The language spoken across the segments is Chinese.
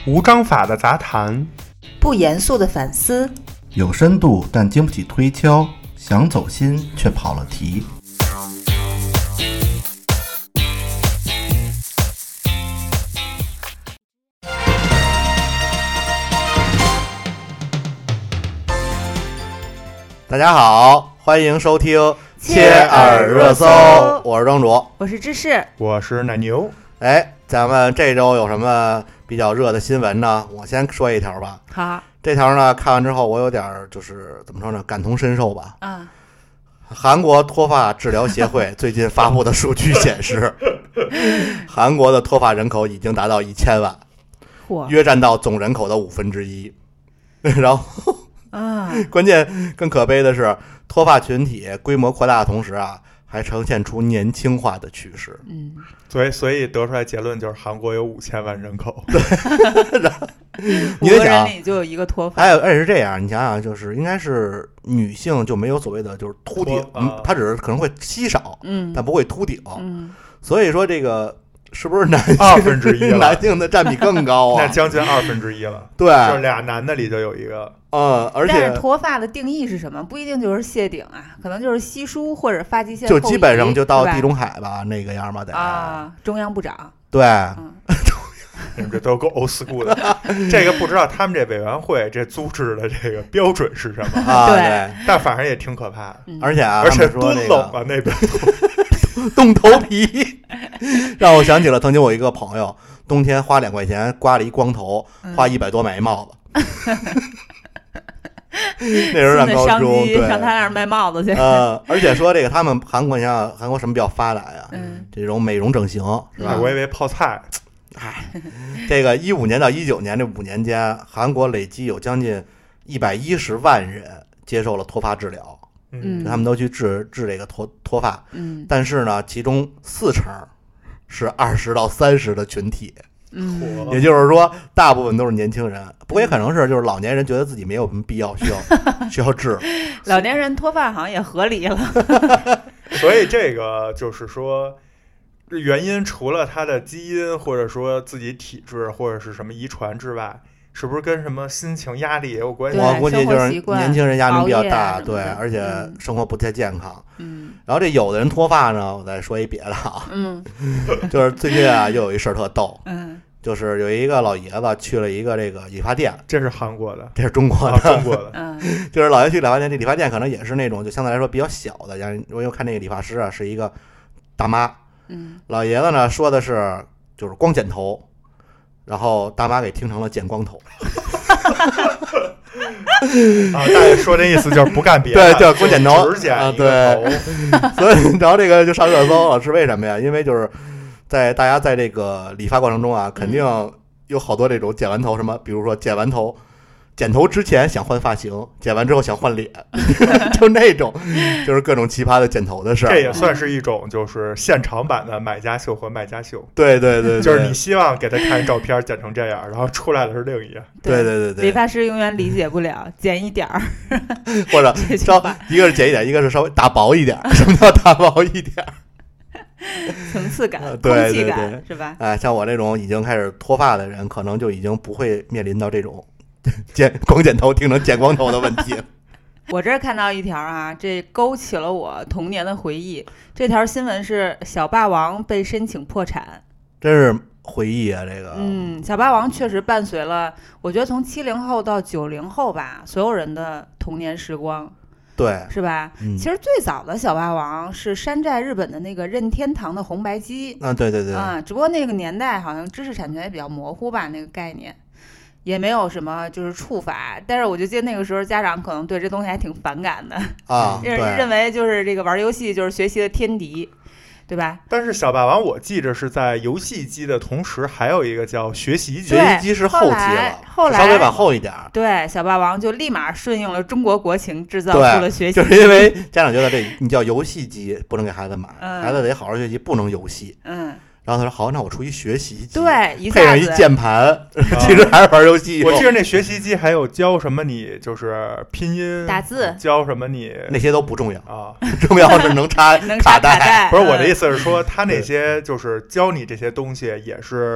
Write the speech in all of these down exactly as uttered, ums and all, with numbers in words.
无章法的杂谈， 不严肃的反思， 有深度但经不起推敲，想走心却跑了题。 大家好，欢迎收听切耳热搜，我是庄主， 我是芝士， 我是奶牛。 哎，咱们这周有什么比较热的新闻呢？我先说一条吧。 好， 这条呢看完之后，我有点就是怎么说呢，感同身受吧。 啊， 韩国脱发治疗协会最近发布的数据显示，韩国的脱发人口已经达到一千万，约占到总人口的五分之一。然后啊， 关键更可悲的是，脱发群体规模扩大的同时啊，还呈现出年轻化的趋势。 嗯， 所以所以得出来结论就是韩国有五千万人口。 对， 五个人里就有一个脱发。 还有，而且是这样，你想想，就是应该是女性就没有所谓的就是秃顶， 啊、 她只是可能会稀少， 嗯， 但不会秃顶。 嗯， 所以说这个。是不是男性二分之一了？ 男性的占比更高啊？ 那将近二分之一了。 对， 就俩男的里就有一个。 嗯，而且但是脱发的定义是什么？不一定就是谢顶啊，可能就是稀疏或者发际线就基本上就到地中海吧那个样吧，得啊，中央部长。 对， 嗯、 你们这都够 old school 的。这个不知道他们这委员会这组织的这个标准是什么啊？ 对， 但反正也挺可怕的。 嗯、 而且啊， 而且多冷啊那边。 冻头皮，让我想起了曾经我一个朋友，冬天花两块钱刮了一光头，花一百多买一帽子。那时候上高中，对， 上他那儿卖帽子去。 呃，而且说这个他们韩国，你想韩国什么比较发达呀？ 嗯， 这种美容整形是吧？ 我以为泡菜。 哎，这个一五年到一九年这五年间，韩国累计有将近一百一十万人接受了脱发治疗。 嗯， 他们都去治治这个脱脱发， 嗯， 但是呢，其中四成是二十到三十的群体， 嗯， 也就是说，大部分都是年轻人。不过也可能是就是老年人觉得自己没有什么必要需要需要治， 老年人脱发好像也合理了。 所以这个就是说，原因除了他的基因或者说自己体质或者是什么遗传之外。是不是跟什么心情压力也有关系？ 我估计就是年轻人压力比较大，对，而且生活不太健康。 嗯， 然后这有的人脱发呢，我再说一别的啊， 嗯， 就是最近啊，又有一事儿特逗， 嗯， 就是有一个老爷子去了一个这个理发店， 这是韩国的， 这是中国的， 啊、中国的， 嗯， 就是老爷去理发店，这理发店可能也是那种就相对来说比较小的，像我又看那个理发师啊，是一个大妈， 嗯， 老爷子呢说的是就是光剪头。然后大妈给听成了剪光头， 啊，大爷说这意思就是不干别的， 对，叫光剪头， 只剪啊，对，所以然后这个就上热搜了，是为什么呀？因为就是在大家在这个理发过程中啊，肯定有好多这种剪完头什么，比如说剪完头。剪头之前想换发型，剪完之后想换脸，就那种，就是各种奇葩的剪头的事儿。 这也算是一种就是现场版的买家秀和卖家秀。 对对 对, 对， 就是你希望给他看照片剪成这样，然后出来的是另一样。 对对对对， 理发师永远理解不了剪一点儿， 或者稍一个是剪一点，一个是稍微打薄一点。什么叫打薄一点？ 层次感、 对空气感， 对对是吧？ 哎，像我这种已经开始脱发的人，可能就已经不会面临到这种。剪光剪头听成剪光头的问题。 我这儿看到一条啊，这勾起了我童年的回忆。这条新闻是小霸王被申请破产， 真是回忆啊！这个， 嗯，小霸王确实伴随了，我觉得从七零后到九零后吧，所有人的童年时光。 对， 是吧？ 嗯、 其实最早的小霸王是山寨日本的那个任天堂的红白机啊，对对对， 啊，只不过那个年代好像知识产权也比较模糊吧，那个概念。也没有什么就是处罚，但是我就记得那个时候家长可能对这东西还挺反感的啊， 认为就是这个玩游戏就是学习的天敌，对吧？ 但是小霸王我记着是在游戏机的同时还有一个叫学习机， 学习机是后期了， 后来稍微往后一点。 对，小霸王就立马顺应了中国国情，制造出了学习机， 就是因为家长觉得这你叫游戏机不能给孩子买， 嗯、 孩子得好好学习，不能游戏。 嗯。 然后他说好，那我出一学习机， 对，一配上一键盘，其实还是玩游戏。 我记得那学习机还有教什么你就是拼音打字， 教什么你那些都不重要啊， 重要是能插能插卡带。 不是我的意思是说，他那些就是教你这些东西也是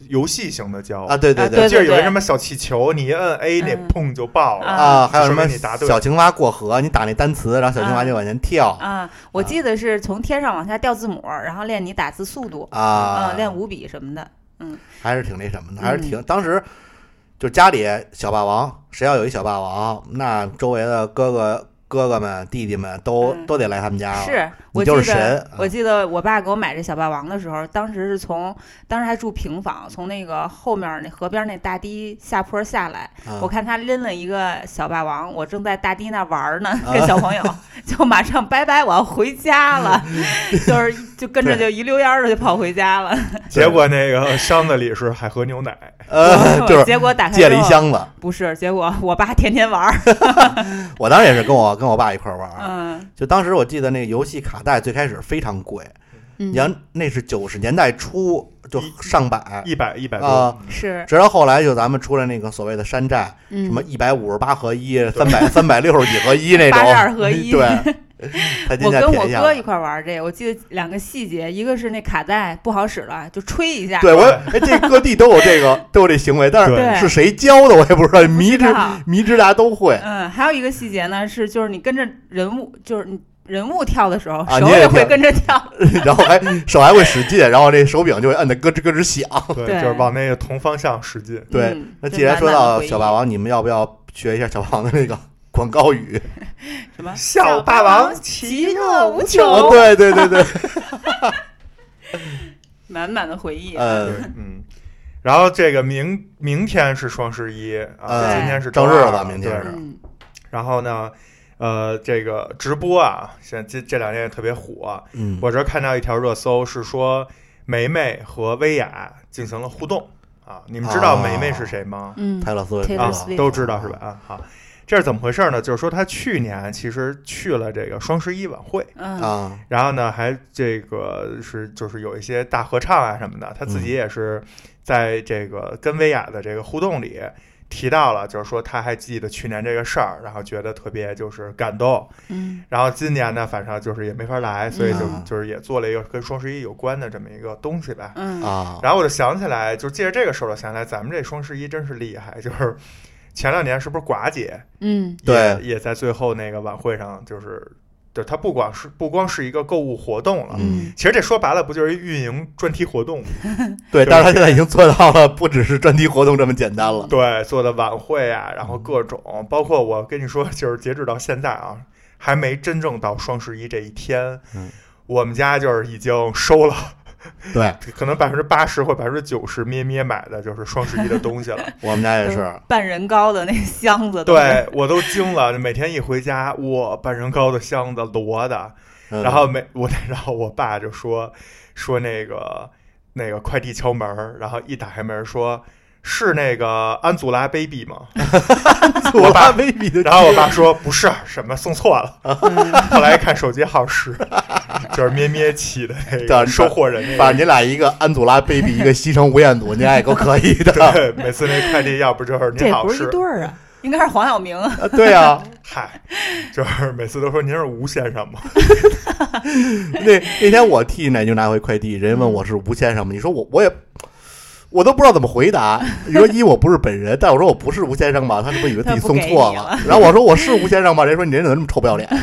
游戏型的胶啊，对对啊对我记得有一什么小气球，你一摁 A 那嗯砰就爆了啊，还有什么你答对小青蛙过河，你打那单词，然后小青蛙就往前跳啊，我记得是从天上往下掉字母，然后练你打字速度啊， 嗯，练五笔什么的，嗯， 还是挺那什么的，还是挺当时就家里小霸王，谁要有一小霸王，那周围的哥哥。哥哥们、弟弟们都、 嗯、 都得来他们家了。 是，我你就是记得神。 我记得我爸给我买这小霸王的时候，当时是从当时还住平房，从那个后面那河边那大堤下坡下来， 啊、 我看他拎了一个小霸王，我正在大堤那玩呢，啊、跟小朋友就马上拜拜，我要回家了，就是就跟着就一溜烟的就跑回家了。 结果那个箱子里是海河牛奶， 呃，就是结果打开借了一箱子， 不是，结果我爸天天玩。 我当时也是跟我跟我爸一块玩。 嗯， 就当时我记得那个游戏卡带最开始非常贵， 嗯， 你要那是九十年代初就上百， 一百一百多、 呃、 是。 直到后来就咱们出了那个所谓的山寨， 嗯、 什么一百五十八合一、三百三百六十几合一那种， 八十二合一， 对。 我跟我哥一块玩这个，我记得两个细节，一个是那卡带不好使了，就吹一下。 对，我哎，这各地都有这个都有这行为，但是是谁教的我也不知道，迷之迷之大家都会。 嗯，还有一个细节呢，是就是你跟着人物，就是你人物跳的时候， 啊、 手也会跟着跳， 然后还手还会使劲，然后这手柄就会摁得咯吱咯吱响。 对，就是往那个同方向使劲。 对， 嗯、 那既然说到小霸王，你们要不要学一下小霸王的那个广告语？ 什么小霸王其乐无穷？ 哦、对对对对， 满满的回忆。 呃， 嗯。然后这个明明天是双十一啊， 呃、 今天是正日了，明天是。 嗯、 然后呢，呃，这个直播啊，现在这这两天也特别火。 嗯， 我这看到一条热搜是说梅梅和薇娅进行了互动啊。你们知道梅梅是谁吗？ 嗯， 泰勒斯威夫啊，都知道是吧？啊，好。这是怎么回事呢？就是说他去年其实去了这个双十一晚会， 嗯啊， 然后呢还这个是就是有一些大合唱啊什么的，他自己也是在这个跟薇娅的这个互动里提到了，就是说他还记得去年这个事儿，然后觉得特别就是感动， 嗯， 然后今年呢反正就是也没法来，所以就、 嗯、 就是也做了一个跟双十一有关的这么一个东西吧， 嗯啊， 然后我就想起来，就借着这个事儿，我想起来咱们这双十一真是厉害，就是。前两年是不是寡姐？ 嗯， 对， 也在最后那个晚会上，就是就它不光是不光是一个购物活动了， 嗯， 其实这说白了不就是运营专题活动吗？ 对，但是他现在已经做到了，不只是专题活动这么简单了。 对，做的晚会啊，然后各种，包括我跟你说，就是截止到现在啊，还没真正到双十一这一天， 嗯， 我们家就是已经收了。 对， 可能百分之八十或百分之九十咩咩买的就是双十一的东西了。 我们家也是半人高的那箱子， 对我都惊了。每天一回家，哇，半人高的箱子摞的， 嗯、 然后没我，然后我爸就说说那个那个快递敲门，然后一打开门说。是那个安祖拉 baby 吗？ 安祖拉 baby 的， 然后我爸说不是，什么送错了。后来一看手机号是，就是咩咩起的那个收货人、那个。 反正你俩一个安祖拉 baby， 一个西城吴彦祖，你俩也够可以的。 对，每次那快递要不就是您好， 这不是一对儿啊，应该是黄晓明啊。 对啊， 嗨，就是每次都说您是吴先生吗？ 那那天我替奶牛拿回快递，人家问我是吴先生吗？你说我我也。我都不知道怎么回答。你说一我不是本人，但我说我不是吴先生吧，他是不是以为自己送错了？然后我说我是吴先生吧，人说你人怎么那么臭不要脸？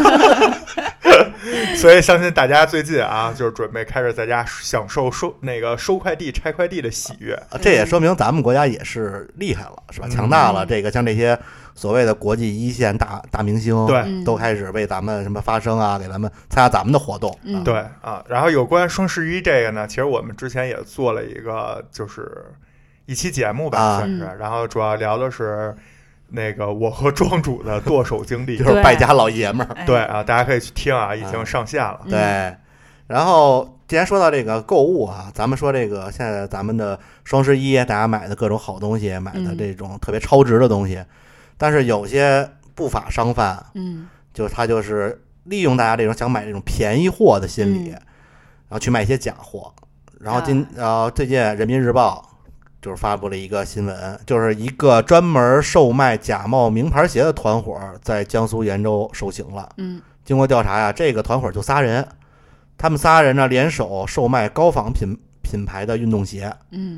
所以相信大家最近啊，就是准备开始在家享受收那个收快递、拆快递的喜悦。 这也说明咱们国家也是厉害了，是吧？强大了。这个像这些所谓的国际一线大大明星， 对， 都开始为咱们什么发声啊，给咱们参加咱们的活动。 嗯、 对啊，然后有关双十一这个呢，其实我们之前也做了一个，就是一期节目吧，算是、啊，然后主要聊的是。那个我和庄主的剁手经历， 就是败家老爷们儿。 对啊，大家可以去听啊，已经上线了。 嗯、对，然后既然说到这个购物啊，咱们说这个现在咱们的双十一，大家买的各种好东西，买的这种特别超值的东西，嗯、但是有些不法商贩， 嗯， 就他就是利用大家这种想买这种便宜货的心理， 嗯、 然后去卖一些假货。然后今然后最近人民日报。就是发布了一个新闻，就是一个专门售卖假冒名牌鞋的团伙在江苏延州受刑了。 嗯， 经过调查呀，这个团伙就仨人，他们仨人呢联手售卖高仿品品牌的运动鞋。 嗯，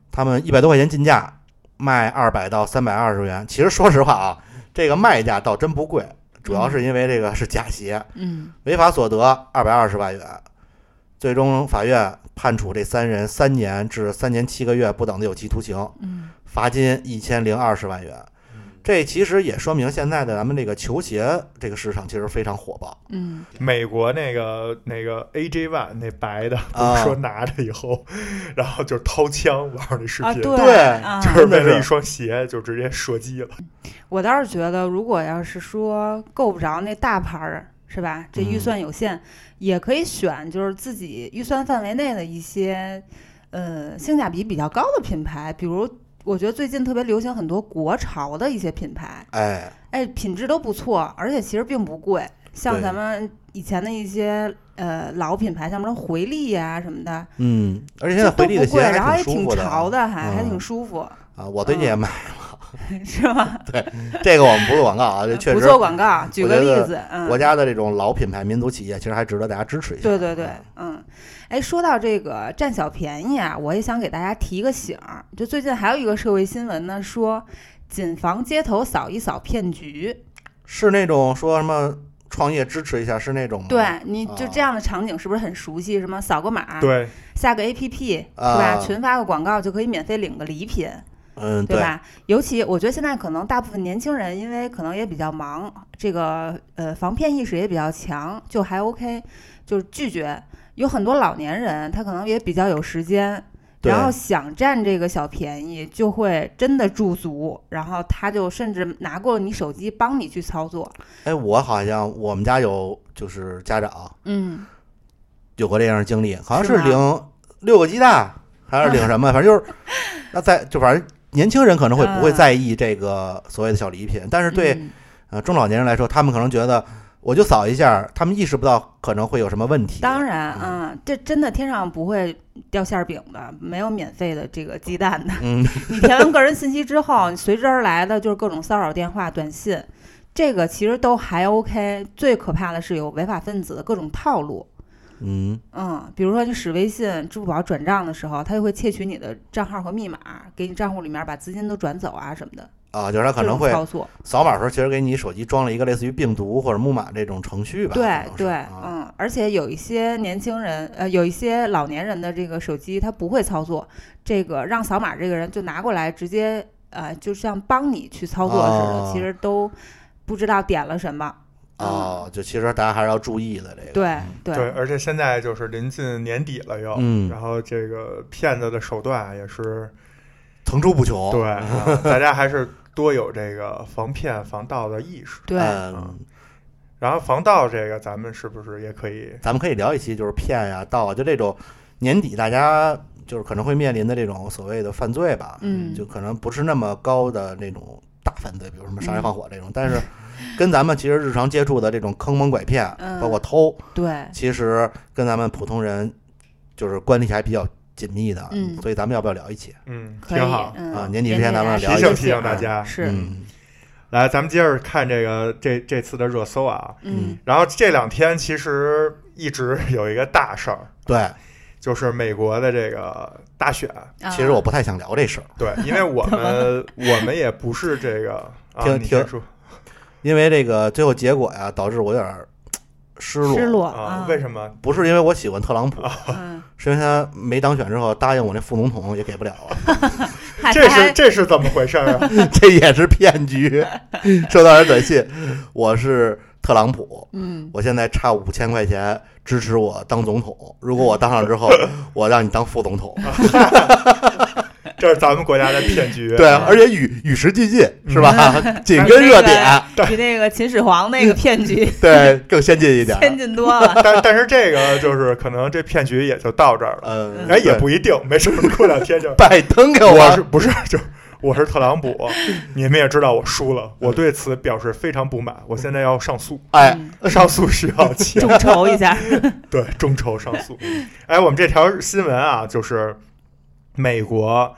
他们一百多块钱进价，卖二百到三百二十元。其实说实话啊，这个卖价倒真不贵，主要是因为这个是假鞋， 嗯， 违法所得二百二十万元。最终法院判处这三人三年至三年七个月不等的有期徒刑， 嗯， 罚金一千零二十万元。这其实也说明现在的咱们这个球鞋这个市场其实非常火爆。 嗯， 美国那个那个 A J One 那白的，不啊是说拿着以后，然后就掏枪玩那视啊， 频， 对， 对啊就是为了一双鞋就直接射击了。 我倒是觉得，如果要是说够不着那大牌儿，是吧？这预算有限， 嗯、 也可以选就是自己预算范围内的一些，呃，性价比比较高的品牌，比如。我觉得最近特别流行很多国潮的一些品牌， 哎哎，品质都不错，而且其实并不贵。像咱们以前的一些呃老品牌，像什么回力呀、啊、什么的， 嗯，而且现在回力的鞋然后也挺挺舒服的， 潮的，还、 嗯、 还挺舒服啊。我最近也买了， 嗯、是吗？ 对，这个我们不做广告啊，这确实不做广告。举个例子，嗯， 国家的这种老品牌、民族企业，其实还值得大家支持一下。 对对对，嗯。哎，说到这个占小便宜啊，我也想给大家提个醒儿。就最近还有一个社会新闻呢，说谨防街头扫一扫骗局。 是那种说什么创业支持一下，是那种吗？ 对，你就这样的场景是不是很熟悉？什么扫个码， 对， 下个 A P P、 啊、 是吧？群发个广告就可以免费领个礼品。 嗯， 对吧？尤其我觉得现在可能大部分年轻人，因为可能也比较忙，这个呃防骗意识也比较强，就还 OK， 就是拒绝。有很多老年人，他可能也比较有时间，然后想占这个小便宜，就会真的驻足，然后他就甚至拿过你手机帮你去操作。 哎，我好像我们家有就是家长， 嗯， 有过这样的经历，好像是是领六个鸡蛋还是领什么，反正就是那在就反正年轻人可能会不会在意这个所谓的小礼品，但是对、 嗯、 呃中老年人来说，他们可能觉得。我就扫一下，他们意识不到可能会有什么问题。 当然，嗯，这真的天上不会掉馅饼的，没有免费的这个鸡蛋的。 嗯， 你填完个人信息之后，随之而来的就是各种骚扰电话、短信，这个其实都还 OK。最可怕的是有违法分子的各种套路。 嗯嗯，比如说你使微信、支付宝转账的时候，他就会窃取你的账号和密码，给你账户里面把资金都转走啊什么的。 啊，就是他可能会操作扫码的时候，其实给你手机装了一个类似于病毒或者木马这种程序吧。 对对， 啊、 嗯，而且有一些年轻人，呃，有一些老年人的这个手机他不会操作，这个让扫码这个人就拿过来直接，呃，就像帮你去操作似的， 哦、 其实都不知道点了什么。 哦，就其实大家还是要注意的这个。 对对对，而且现在就是临近年底了又， 嗯， 然后这个骗子的手段也是层出不穷。 对、啊，大家还是多有这个防骗防盗的意识。 对、 嗯， 然后防盗这个，咱们是不是也可以？ 咱们可以聊一期，就是骗呀、盗啊，就这种年底大家就是可能会面临的这种所谓的犯罪吧。 嗯， 就可能不是那么高的那种大犯罪，比如什么杀人放火这种，嗯、但是。跟咱们其实日常接触的这种坑蒙拐骗， 嗯、 包括偷， 对， 其实跟咱们普通人就是关系还比较紧密的， 嗯， 所以咱们要不要聊一期？ 嗯， 挺好、 嗯、 啊。年底之前咱们聊一提醒提醒大家， 是。 嗯， 来，咱们接着看这个这这次的热搜啊， 嗯， 然后这两天其实一直有一个大事儿， 对， 就是美国的这个大选。 啊、 其实我不太想聊这事儿， 对，因为我们我们也不是这个， 听、 啊、 听说。 因为这个最后结果呀，导致我有点失落。 失落啊？为什么？ 不是因为我喜欢特朗普， 嗯、 是因为他没当选之后答应我那副总统也给不了了。 这是这是怎么回事啊？ 这也是骗局。收到人短信，我是特朗普， 嗯， 我现在差五千块钱支持我当总统。如果我当上之后，我让你当副总统。 这是咱们国家的骗局， 对，而且与与时俱进，是吧？ 嗯、 紧跟热点， 比那个秦始皇那个骗局对更先进一点， 先进多了。 但但是这个就是可能这骗局也就到这儿了， 嗯， 哎，也不一定，没准过两天就拜登给我， 我是不是就我是特朗普，你们也知道我输了，我对此表示非常不满，我现在要上诉， 哎， 嗯、 上诉需要钱， 众筹一下， 对，众筹上诉。哎，我们这条新闻啊，就是美国。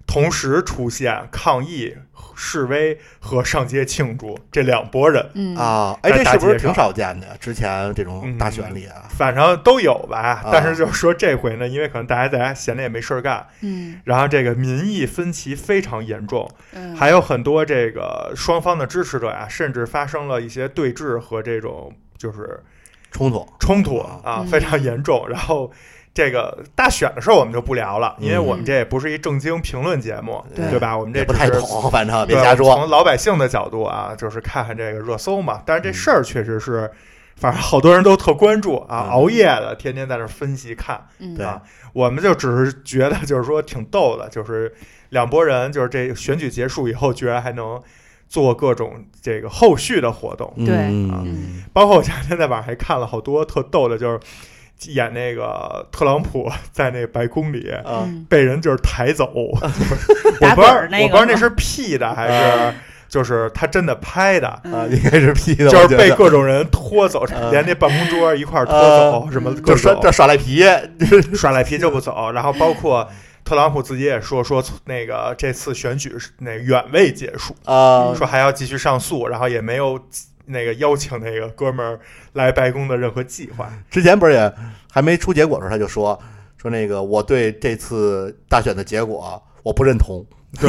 同时出现抗议、示威和上街庆祝这两拨人。 嗯啊，哎，这是不是挺少见的？之前这种大选里啊， 嗯、反正都有吧。 啊、 但是就是说这回呢，因为可能大家在家闲着也没事干， 嗯， 然后这个民意分歧非常严重， 嗯， 还有很多这个双方的支持者呀、啊，甚至发生了一些对峙和这种就是冲突冲突啊， 嗯、 非常严重。然后。这个大选的时候我们就不聊了，因为我们这也不是一正经评论节目， 嗯、 对吧？我们这不太懂，反正别瞎说。 从老百姓的角度啊，就是看看这个热搜嘛。但是这事儿确实是，反正好多人都特关注啊， 嗯、 熬夜的，天天在那分析看。 嗯、 啊，我们就只是觉得就是说挺逗的，就是两拨人，就是这选举结束以后，居然还能做各种这个后续的活动。 对啊， 嗯、 包括我前天在网上还看了好多特逗的，就是。演那个特朗普在那白宫里、 嗯、 被人就是抬走，我不知道我不知道那是 P 的还是就是他真的拍的、 嗯、 啊，应该是 P 的， 就是被各种人拖走，嗯、连那办公桌一块儿拖走， 嗯、 什么就耍这耍赖皮， 耍赖皮就不走。然后包括特朗普自己也说说那个这次选举是那远未结束啊、 嗯，说还要继续上诉，然后也没有。那个邀请那个哥们儿来白宫的任何计划， 之前不是也还没出结果的时候，他就说说那个我对这次大选的结果我不认同， 对，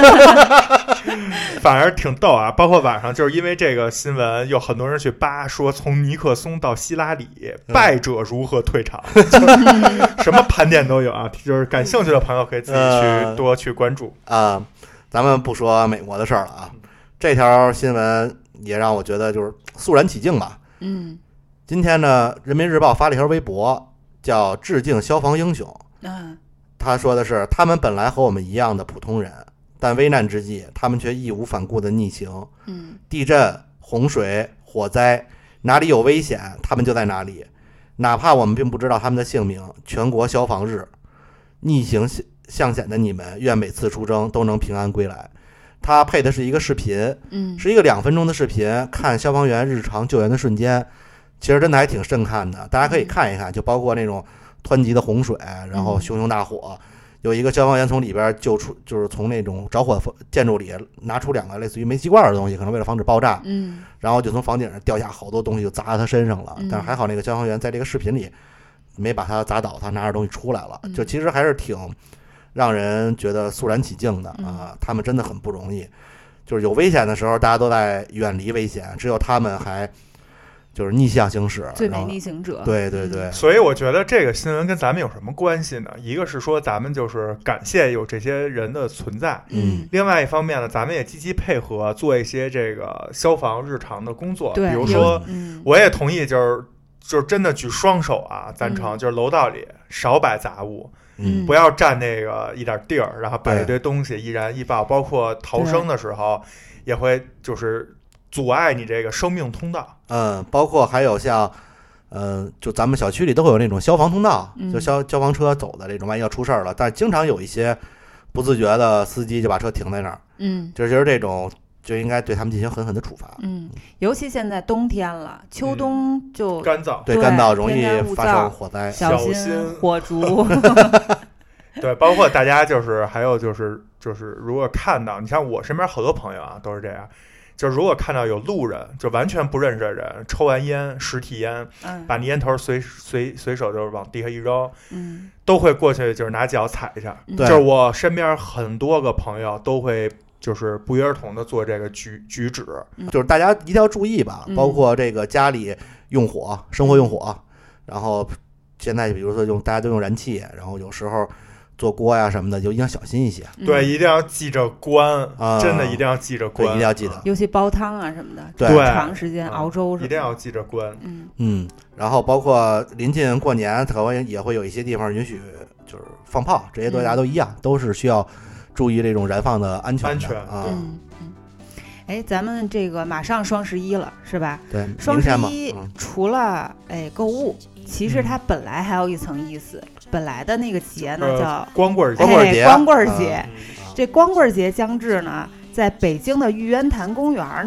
反而挺逗啊。包括晚上就是因为这个新闻，有很多人去扒说从尼克松到希拉里，败者如何退场，嗯、什么盘点都有啊。就是感兴趣的朋友可以自己去多去关注啊、呃呃。咱们不说美国的事儿了啊，这条新闻。也让我觉得就是肃然起敬吧。 嗯， 今天呢，《人民日报》发了一条微博，叫“致敬消防英雄”。 嗯， 他说的是，他们本来和我们一样的普通人，但危难之际，他们却义无反顾的逆行。 嗯， 地震、洪水、火灾，哪里有危险，他们就在哪里，哪怕我们并不知道他们的姓名。全国消防日，逆行向险的你们，愿每次出征都能平安归来。他配的是一个视频， 嗯， 是一个两分钟的视频，看消防员日常救援的瞬间，其实真的还挺震撼的。大家可以看一看，就包括那种湍急的洪水，然后熊熊大火，有一个消防员从里边救出，就是从那种着火建筑里拿出两个类似于煤气罐的东西，可能为了防止爆炸， 嗯， 然后就从房顶上掉下好多东西，就砸在他身上了。但是还好那个消防员在这个视频里没把他砸倒，他拿着东西出来了，就其实还是挺让人觉得肃然起敬的啊！他们真的很不容易，就是有危险的时候，大家都在远离危险，只有他们还就是逆向行驶， 最美逆行者。 对对对， 所以我觉得这个新闻跟咱们有什么关系呢？一个是说咱们就是感谢有这些人的存在， 嗯， 另外一方面呢，咱们也积极配合做一些这个消防日常的工作， 对， 比如说， 嗯， 我也同意，就是就是真的举双手啊，赞成， 嗯、 就是楼道里少摆杂物。 嗯， 不要占那个一点地儿，然后摆一堆东西，易燃易爆，包括逃生的时候也会就是阻碍你这个生命通道。 嗯，包括还有像，嗯、呃，就咱们小区里都会有那种消防通道， 嗯、 就消消防车走的这种，万一要出事儿了，但是经常有一些不自觉的司机就把车停在那儿， 嗯， 就就是这种。就应该对他们进行狠狠的处罚。 嗯，尤其现在冬天了，秋冬就、 嗯、干燥， 对干燥容易发生火灾， 小心火烛。 对，包括大家就是还有就是就是如果看到，你像我身边好多朋友啊都是这样，就是如果看到有路人就完全不认识的人抽完烟实体烟， 嗯， 把那烟头随随随手就是往地下一扔， 嗯， 都会过去就是拿脚踩一下。 嗯、 就是我身边很多个朋友都会。就是不约而同的做这个举举止， 就是大家一定要注意吧， 嗯、 包括这个家里用火、生活用火，然后现在比如说用大家都用燃气，然后有时候做锅呀什么的，就一定要小心一些。 嗯、 对，一定要记着关， 啊、 真的一定要记着关， 一定要记得。 尤其煲汤啊什么的， 对， 长时间熬粥什么的， 一定要记着关。 嗯嗯，然后包括临近过年，可能也会有一些地方允许就是放炮，这些大家都一样，嗯、都是需要。注意这种燃放的安全安全啊， 嗯嗯，哎，咱们这个马上双十一了，是吧？ 对， 双十一、 嗯、 除了哎购物，其实它本来还有一层意思，嗯、本来的那个节呢、 呃、 叫光棍节， 光棍节， 哎、光棍节。 啊、 这光棍节将至呢，在北京的玉渊潭公园呢，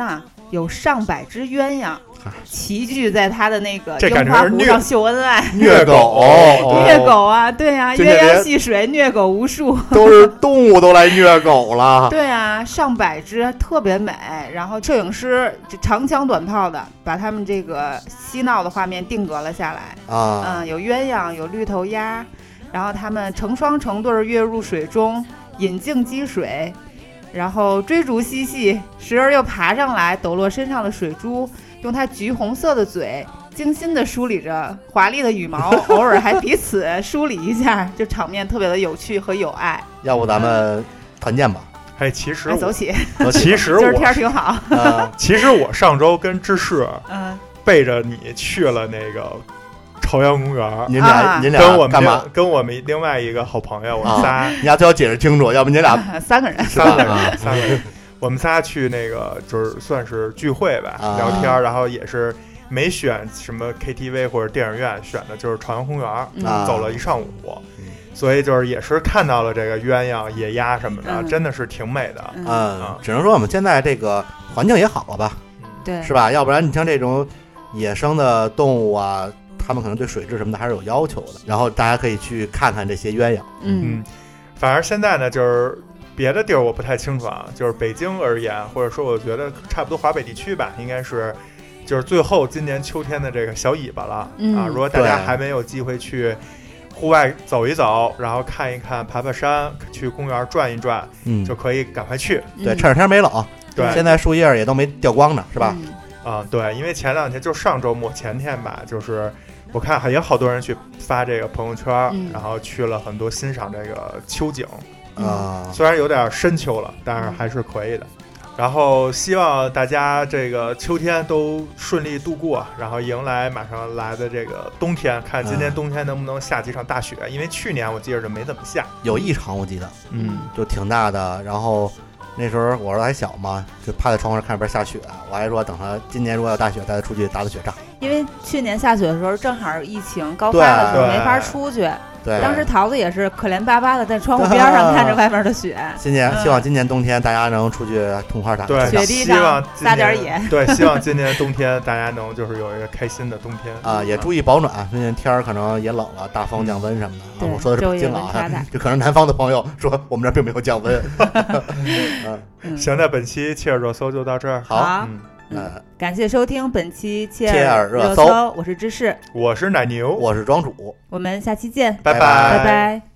有上百只鸳鸯齐聚在他的那个这感樱花觉是虐湖上秀恩爱。 虐狗， 虐狗啊，对啊， 这鸳鸯戏水，虐狗无数。 都是动物都来虐狗了。 对啊，上百只，特别美。然后摄影师这长枪短炮的把他们这个嬉闹的画面定格了下来。 啊， 嗯，有鸳鸯，有绿头鸭，然后他们成双成对跃入水中，引颈击水，然后追逐嬉戏，时而又爬上来抖落身上的水珠，用它橘红色的嘴精心地梳理着华丽的羽毛，偶尔还彼此梳理一下，就场面特别的有趣和有爱。 要不咱们团建吧？ 哎，其实我哎走起， 其实今儿天我儿挺好。 啊， 其实我上周跟芝士嗯， 背着你去了那个朝阳公园， 您俩啊您跟我们俩干嘛？ 另跟我们另外一个好朋友，我们啊仨你俩最好解释清楚，要不您俩三个人。 三个啊人，三个人，我们仨去那个就是算是聚会吧， 啊聊天，然后也是没选什么 K T V 或者电影院，选的就是朝阳公园， 啊走了一上午。 嗯所以就是也是看到了这个鸳鸯、野鸭什么的， 嗯真的是挺美的。 嗯， 嗯，只能说我们现在这个环境也好了吧， 对， 是吧？要不然你像这种野生的动物啊，他们可能对水质什么的还是有要求的。然后大家可以去看看这些鸳鸯。 嗯嗯，反而现在呢，就是别的地儿我不太清楚啊，就是北京而言，或者说我觉得差不多华北地区吧，应该是就是最后今年秋天的这个小尾巴了、 嗯啊。如果大家对还没有机会去户外走一走，然后看一看、爬爬山，去公园转一转， 嗯， 就可以赶快去。 对， 嗯趁着天没冷， 对， 现在树叶也都没掉光呢，是吧？ 嗯啊、对，因为前两天就上周末前天吧，就是我看还有好多人去发这个朋友圈， 嗯然后去了很多欣赏这个秋景， 啊， 虽然有点深秋了，但是还是可以的。然后希望大家这个秋天都顺利度过，然后迎来马上来的这个冬天，看今年冬天能不能下几场大雪，因为去年我记着就没怎么下。 有一场我记得嗯， 就挺大的，然后那时候我儿子还小嘛，就趴在窗户上看边下雪，我还说等他今年如果有大雪，带他出去打打雪仗。 因为去年下雪的时候正好疫情高发的时候对没法出去， 对， 当时桃子也是可怜巴巴的在窗户边上看着外面的雪。 今年嗯希望今年冬天大家能出去痛快打对， 雪仗雪地希望上今撒点年野。 对，希望今年冬天大家能就是有一个开心的冬天啊，也注意保暖，最近天儿可能也冷了，大风降温什么的。 对啊我说的是昼夜北京啊温差大， 就可能南方的朋友说我们这儿并没有降温。嗯， 嗯行，那本期切尔热搜就到这儿。 好， 好， 嗯， 呃， 感谢收听本期切切尔尔热热搜我是芝士， 我是奶牛， 我是庄主。 我们下期见， 拜拜拜拜。